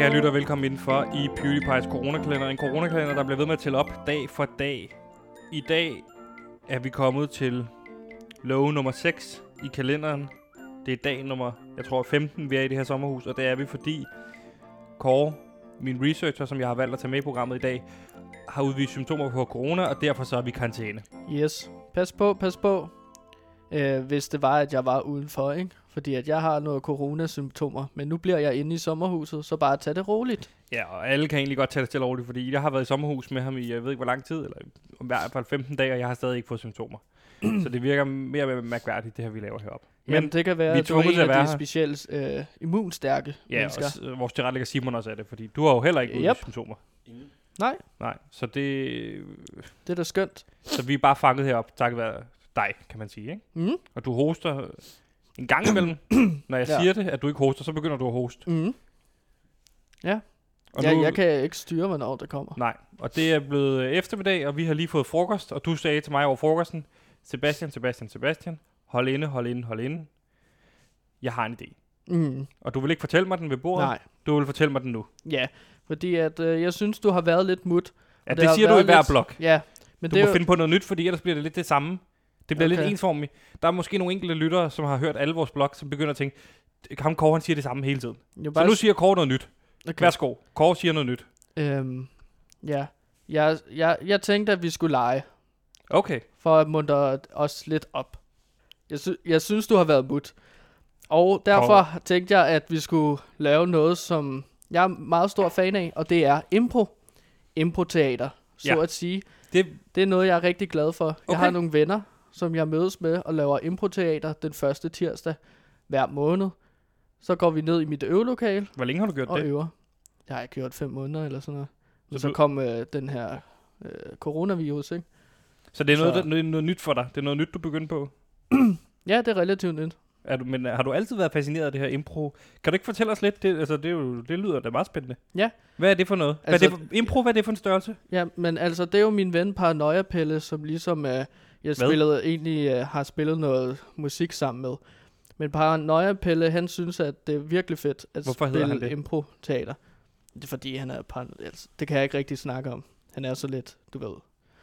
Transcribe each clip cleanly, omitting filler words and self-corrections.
Kære lytter, velkommen indenfor i PewDiePie's coronakalender. En coronakalender, der bliver ved med at tælle op dag for dag. I dag er vi kommet til love nummer 6 i kalenderen. Det er dag nummer, jeg tror 15, vi er i det her sommerhus. Og det er vi, fordi Kåre, min researcher, som jeg har valgt at tage med i programmet i dag, har udvist symptomer på corona, og derfor så er vi i karantæne. Yes. Pas på. Hvis det var, at jeg var udenfor, ikke? Fordi at jeg har noget coronasymptomer. Men nu bliver jeg inde i sommerhuset, så bare tag det roligt. Ja, og alle kan egentlig godt tage det stille roligt, fordi jeg har været i sommerhus med ham i, jeg ved ikke hvor lang tid, eller i hvert fald 15 dage, og jeg har stadig ikke fået symptomer. Så det virker mere mærkværdigt, det her vi laver heroppe. Men det kan være, at du er en af de specielt immunstærke mennesker. Ja, og vores tilrettelægger Simon også er det, fordi du har jo heller ikke symptomer. Nej, så det er da skønt. Så vi er bare fanget herop, takket være dig, kan man sige, ikke? Mm. Og du hoster en gang imellem. Når jeg siger det, at du ikke hoster, så begynder du at hoste. Mm. Ja. Og jeg kan ikke styre, hvornår det kommer. Nej, og det er blevet eftermiddag, og vi har lige fået frokost, og du sagde til mig over frokosten, Sebastian, hold inde. Jeg har en idé. Mm. Og du vil ikke fortælle mig den ved bordet? Nej. Du vil fortælle mig den nu? Ja, fordi at jeg synes, du har været lidt mut. Ja, det siger du i hver blog. Ja. Men du må finde på noget nyt, fordi ellers bliver det lidt det samme. Det bliver lidt ensformigt. Der er måske nogle enkelte lyttere, som har hørt alle vores blogs, som begynder at tænke, Kåre han siger det samme hele tiden. Så nu siger Kåre noget nyt. Okay. Værsgo, Kåre siger noget nyt. Ja, jeg tænkte, at vi skulle lege. Okay. For at muntre os lidt op. Jeg synes, du har været mut. Og derfor tænkte jeg, at vi skulle lave noget, som jeg er meget stor fan af, og det er impro-teater, så at sige. Det er noget, jeg er rigtig glad for. Jeg har nogle venner, som jeg mødes med og laver impro-teater den første tirsdag hver måned. Så går vi ned i mit øvelokale. Hvor længe har du gjort det? Øver. Det har jeg gjort 5 måneder eller sådan noget. Så kom den her coronavirus, ikke? Så det er noget nyt for dig? Det er noget nyt, du begyndte på? Ja, det er relativt nyt. Men har du altid været fascineret af det her impro? Kan du ikke fortælle os lidt? Det lyder da meget spændende. Ja. Hvad er det for noget? Hvad er det for en størrelse? Ja, men altså, det er jo min ven Paranoia Pelle, som ligesom har spillet noget musik sammen med. Men Paranoia Pelle, han synes, at det er virkelig fedt at spille impro-teater. Det er fordi, han er altså, det kan jeg ikke rigtig snakke om. Han er så lidt, du ved,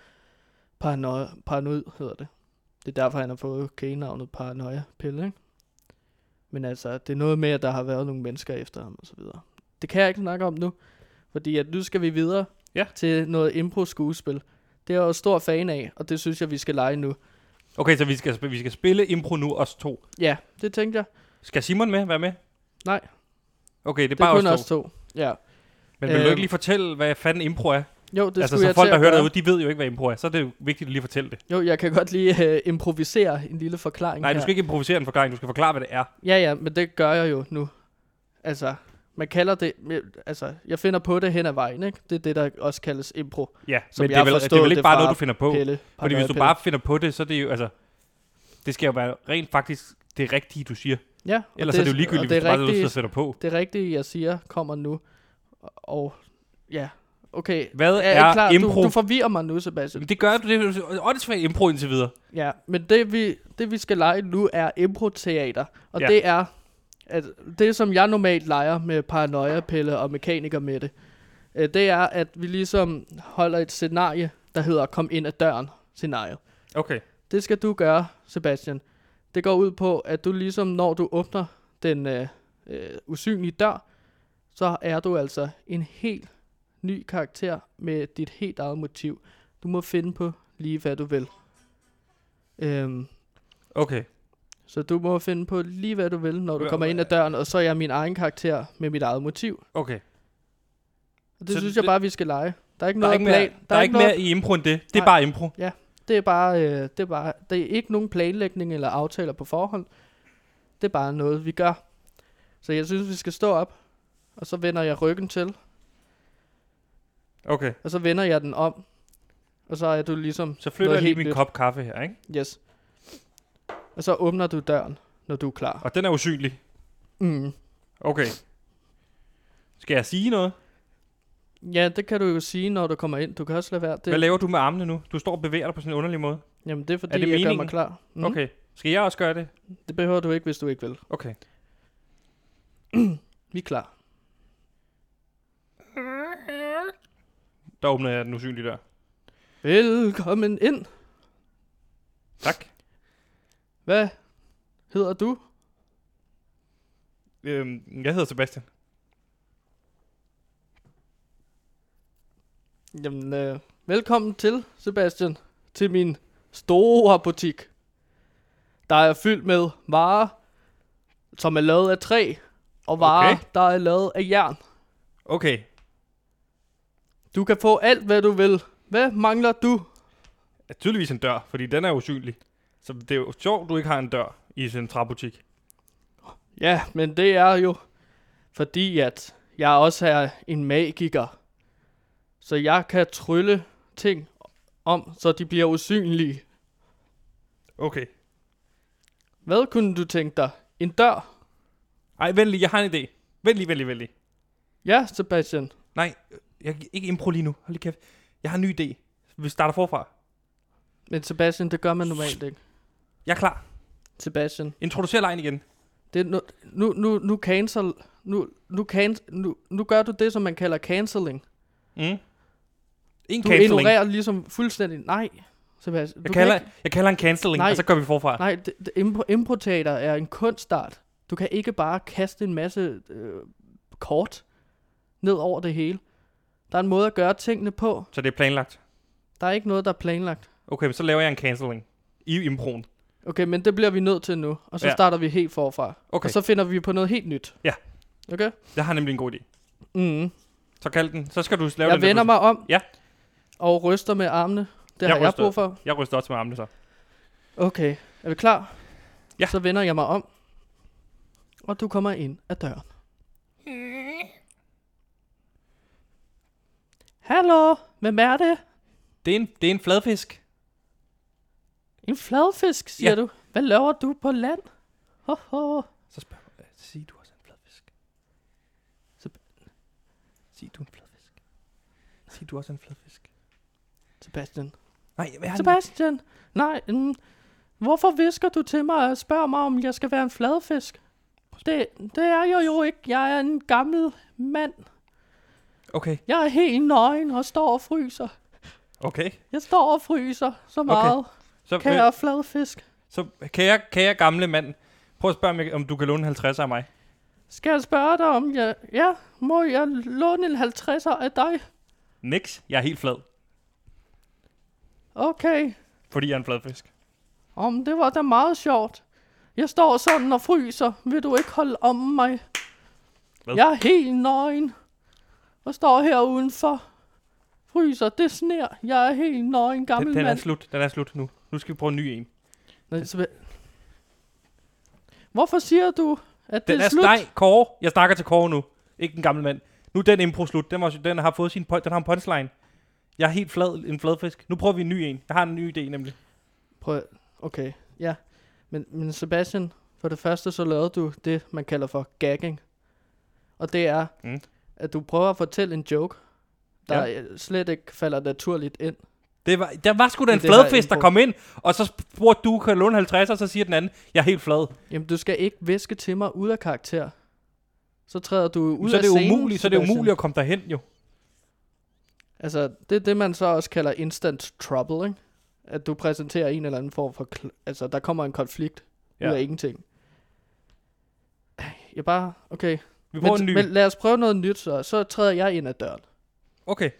paranoid hedder det. Det er derfor, han har fået kælenavnet Paranoia Pelle, ikke? Men altså, det er noget med, at der har været nogle mennesker efter ham og så videre. Det kan jeg ikke snakke om nu, fordi at nu skal vi videre til noget impro-skuespil. Det er jeg jo stor fan af, og det synes jeg, vi skal lege nu. Okay, så vi skal spille impro nu, os to? Ja, det tænkte jeg. Skal Simon være med? Nej. Okay, det er bare os to. Ja. Men vil du ikke lige fortælle, hvad fanden impro er? Jo, det altså, skulle jeg folk, der hører derude, de ved jo ikke, hvad impro er. Så er det jo vigtigt at lige fortælle det. Jo, jeg kan godt lige improvisere en lille forklaring. Nej, du skal ikke improvisere en forklaring, du skal forklare, hvad det er. Ja, men det gør jeg jo nu. Altså, man kalder det, altså, jeg finder på det hen ad vejen, ikke? Det er det, der også kaldes impro. Ja, men det er vel ikke bare noget, du finder på. Fordi hvis du bare finder på det, så er det jo, altså, det skal jo være rent faktisk det rigtige, du siger. Ja. Ellers er det jo ligegyldigt, hvis du bare sætter på. Det rigtige, jeg siger, kommer nu. Og ja, okay. Hvad er klar? Impro? Du forvirrer mig nu, Sebastian. Det gør du, det er åndssvagt impro indtil videre. Ja, men det vi skal lege nu er impro-teater. Og det er, at det som jeg normalt leger med Paranoia Pelle og Mekaniker med det er, at vi ligesom holder et scenarie, der hedder kom ind ad døren scenarie. Okay. Det skal du gøre, Sebastian. Det går ud på, at du ligesom, når du åbner den usynlige dør, så er du altså en helt ny karakter med dit helt eget motiv. Du må finde på lige, hvad du vil. Okay. Så du må finde på lige, hvad du vil, når du kommer ind ad døren, og så er jeg min egen karakter med mit eget motiv. Okay. Og det synes jeg bare, vi skal lege. Der er ikke noget plan. Der er ikke mere i impro end det. Det er bare impro. Ja, det er bare, det er ikke nogen planlægning eller aftaler på forhånd. Det er bare noget, vi gør. Så jeg synes, vi skal stå op, og så vender jeg ryggen til. Okay. Og så vender jeg den om, og så er du ligesom... Så flytter jeg lige min kop kaffe her, ikke? Yes. Og så åbner du døren, når du er klar. Og den er usynlig? Mm. Okay. Skal jeg sige noget? Ja, det kan du jo sige, når du kommer ind. Du kan også lade være. Hvad laver du med armene nu? Du står og bevæger dig på sådan en underlig måde. Jamen, det er fordi, jeg gør mig klar. Mm. Okay. Skal jeg også gøre det? Det behøver du ikke, hvis du ikke vil. Okay. Vi er klar. Der åbner jeg den usynlige dør. Velkommen ind. Tak. Hvad hedder du? Jeg hedder Sebastian. Jamen, velkommen til, Sebastian, til min store butik. Der er fyldt med varer, som er lavet af træ, og varer, der er lavet af jern. Okay. Du kan få alt, hvad du vil. Hvad mangler du? Tydeligvis en dør, fordi den er usynlig. Så det er jo sjovt, du ikke har en dør i sin træbutik. Ja, men det er jo fordi, at jeg også er en magiker. Så jeg kan trylle ting om, så de bliver usynlige. Okay. Hvad kunne du tænke dig? En dør? Ej, vent lige, jeg har en idé. Vent lige. Ja, Sebastian. Nej, ikke impro lige nu. Hold lige kæft. Jeg har en ny idé. Vi starter forfra. Men Sebastian, det gør man normalt ikke. Jeg er klar. Sebastian. Introducer lejen igen. Det er nu gør du det, som man kalder cancelling. En Du cancelling. ignorerer ligesom fuldstændig. Nej, Sebastian. Jeg kalder en cancelling, Nej. og så går vi forfra. Nej, impro-teater er en kunstart. Du kan ikke bare kaste en masse kort ned over det hele. Der er en måde at gøre tingene på. Så det er planlagt. Der er ikke noget, der er planlagt. Okay, men så laver jeg en cancelling i improen. Okay, men det bliver vi nødt til nu. Og så Ja. starter vi helt forfra. Okay. Og så finder vi på noget helt nyt. Ja. Okay? Jeg har nemlig en god idé. Mm. Så kald den. Så skal du lave Jeg den. vender mig om. Ja. Og ryster med armene. Det har jeg brug for. Jeg ryster også med armene så. Okay, er vi klar? Ja. Så vender jeg mig om. Og du kommer ind ad døren. Hallo, hvem er det? Det er en fladfisk. En fladfisk, siger du. Hvad laver du på land? Ho. Så spørg mig. Sig du også en fladfisk. Sig du en fladfisk. Sig du også en fladfisk. Sebastian. Nej, hvad er Sebastian, nej. Hvorfor visker du til mig og spørger mig, om jeg skal være en fladfisk? Det er jeg jo ikke. Jeg er en gammel mand. Okay. Jeg er helt nøgen og står og fryser. Okay. Jeg står og fryser så meget. Så, Kære fladfisk. så kære gamle mand. Prøv at spørge mig, om du kan låne 50 af mig. Skal jeg spørge dig om, må jeg låne en 50'er af dig? Niks. Jeg er helt flad. Okay. Fordi jeg er en fladfisk. Det var da meget sjovt. Jeg står sådan og fryser. Vil du ikke holde om mig? Hvad? Jeg er helt nøgen. Og står her udenfor. Fryser. Det sner. Jeg er helt nøgen, gammel Den er mand. slut. Den er slut nu. Nu skal vi prøve en ny en. Nej, hvorfor siger du, at det er slut? Nej, Kåre. Jeg snakker til Kåre nu. Ikke den gamle mand. Nu er den impro slut. Den har fået den har en punchline. Jeg er helt flad, en fladfisk. Nu prøver vi en ny en. Jeg har en ny idé nemlig. Prøv. Okay, ja. Men Sebastian, for det første så lavede du det, man kalder for gagging. Og det er, at du prøver at fortælle en joke, der slet ikke falder naturligt ind. Der var sgu da en fladfisk, der kom ind, og så spurgte du, kan låne 50, og så siger den anden, jeg er helt flad. Jamen, du skal ikke væske til mig ud af karakter. Så træder du ud så af scenen, umuligt, så det er umuligt at komme derhen, jo. Altså, det er det, man så også kalder instant trouble, ikke? At du præsenterer en eller anden form for... altså, der kommer en konflikt ud af ingenting. Okay. Vi prøver en ny. Men lad os prøve noget nyt, så træder jeg ind ad døren. Okay.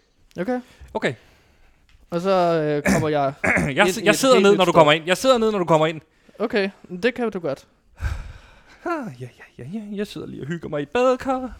Og så kommer jeg jeg sidder ned, når du kommer ind. Jeg sidder ned, når du kommer ind. Okay, det kan du godt. Ja. Jeg sidder lige og hygger mig i et badekar.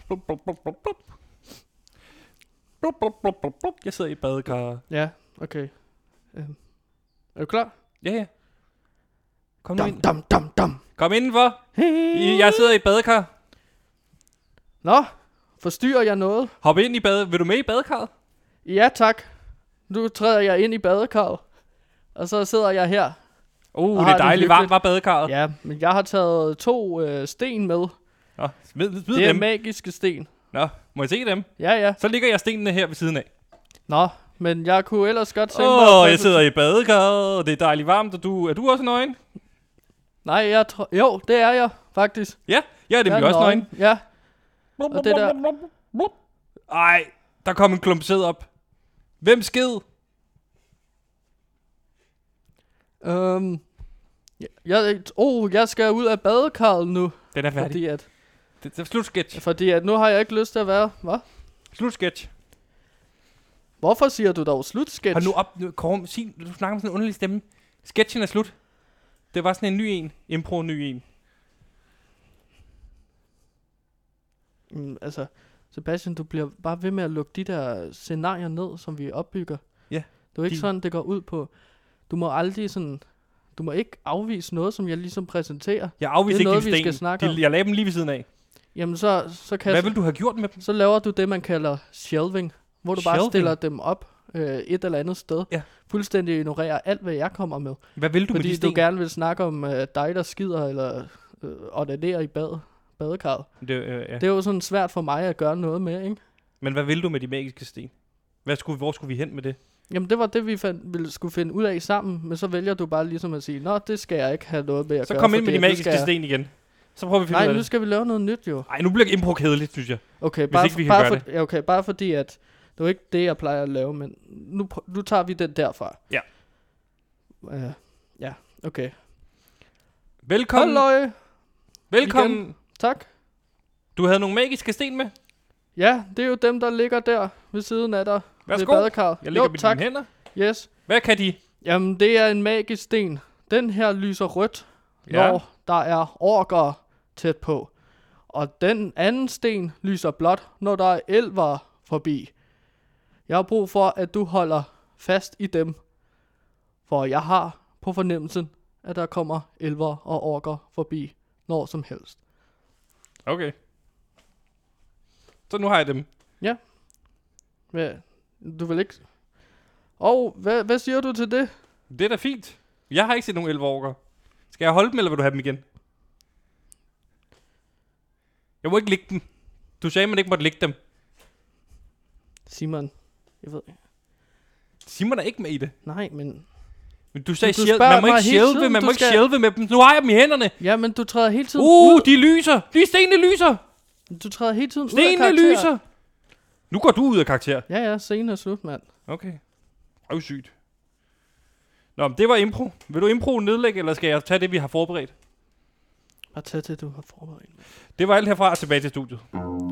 Jeg sidder i et badekar. Ja, okay. Er du klar? Ja. Kom nu ind. Dum. Kom indenfor. Jeg sidder i et badekar. Nå, forstyrrer jeg noget? Hop ind i badet. Vil du med i badekarret? Ja, tak. Nu træder jeg ind i badekarret. Og så sidder jeg her. Det er dejligt varmt, var badekarret. Ja, men jeg har taget 2 sten med. Nå, smid det er dem. magiske sten. Nå, må jeg se dem? Ja. Så ligger jeg stenene her ved siden af. Nå, men jeg kunne ellers godt tænke mig... jeg sidder i badekarret, og det er dejligt varmt, og er du også nøgen? Nej, jeg tror... Jo, det er jeg, faktisk. Ja, jeg er nemlig også nøgen. Ja. Og det der... Ej, der kom en klump sæd op. Hvem sked? Jeg skal ud af badekarret nu. Den er færdig. Det er slutsketch. Fordi at nu har jeg ikke lyst til at være... Hvad? Slutsketch. Hvorfor siger du dog slutsketch? Hold nu op, Kåre. Du snakker med sådan en underlig stemme. Sketchen er slut. Det var sådan en ny en. Impro ny en. Altså, Sebastian, du bliver bare ved med at lukke de der scenarier ned, som vi opbygger. Ja. Det er jo ikke sådan, det går ud på. Du må aldrig sådan... Du må ikke afvise noget, som jeg ligesom præsenterer. Jeg afviser det er ikke noget, din vi sten. skal snakke om. Jeg lagde dem lige ved siden af. Jamen, så kan Hvad vil du have gjort med dem? Så laver du det, man kalder shelving. Hvor du bare stiller dem op et eller andet sted. Ja. Fuldstændig ignorerer alt, hvad jeg kommer med. Hvad vil du med de sten? Fordi du gerne vil snakke om dig, der skider eller onanerer i badekarret. Ja. Det er jo sådan svært for mig at gøre noget med, ikke? Men hvad vil du med de magiske sten? Hvor skulle vi hen med det? Jamen, det var det, vi skulle finde ud af sammen. Men så vælger du bare ligesom at sige, nå, det skal jeg ikke have noget med at så gøre. Så kom ind med de magiske sten igen. Så prøver vi at finde ud af det. Nej, nu skal vi lave noget nyt, jo. Nej, nu bliver impro kedeligt, synes jeg. Okay, bare fordi, at det var ikke det, jeg plejer at lave, men nu tager vi den derfra. Ja. Ja, okay. Velkommen. Halløj. Velkommen. Igen. Tak. Du havde nogle magiske sten med? Ja, det er jo dem, der ligger der ved siden af dig. Værsgo. Ved badekarret. Jeg ligger med dine hænder. Yes. Hvad kan de? Jamen, det er en magisk sten. Den her lyser rødt, når der er orker tæt på. Og den anden sten lyser blåt, når der er elver forbi. Jeg har brug for, at du holder fast i dem. For jeg har på fornemmelsen, at der kommer elver og orker forbi når som helst. Okay. Så nu har jeg dem. Ja. Hvad? Du vil ikke... hvad siger du til det? Det er da fint. Jeg har ikke set nogen elverorker. Skal jeg holde dem, eller vil du have dem igen? Jeg må ikke lægge dem. Du sagde, man ikke måtte lægge dem. Simon, jeg ved... Simon er ikke med i det. Nej, men du sagde, man må ikke shælve med dem. Nu har jeg dem i hænderne. Ja, men du træder hele tiden ud. De lyser. De stenene lyser. Du træder hele tiden stenene ud af karakter. Lyser. Nu går du ud af karakter. Ja, scenen er slut, mand. Okay. Sygt. Nå, men det var impro. Vil du impro nedlægge, eller skal jeg tage det, vi har forberedt? Bare tag det, du har forberedt. Det var alt herfra, tilbage til studiet.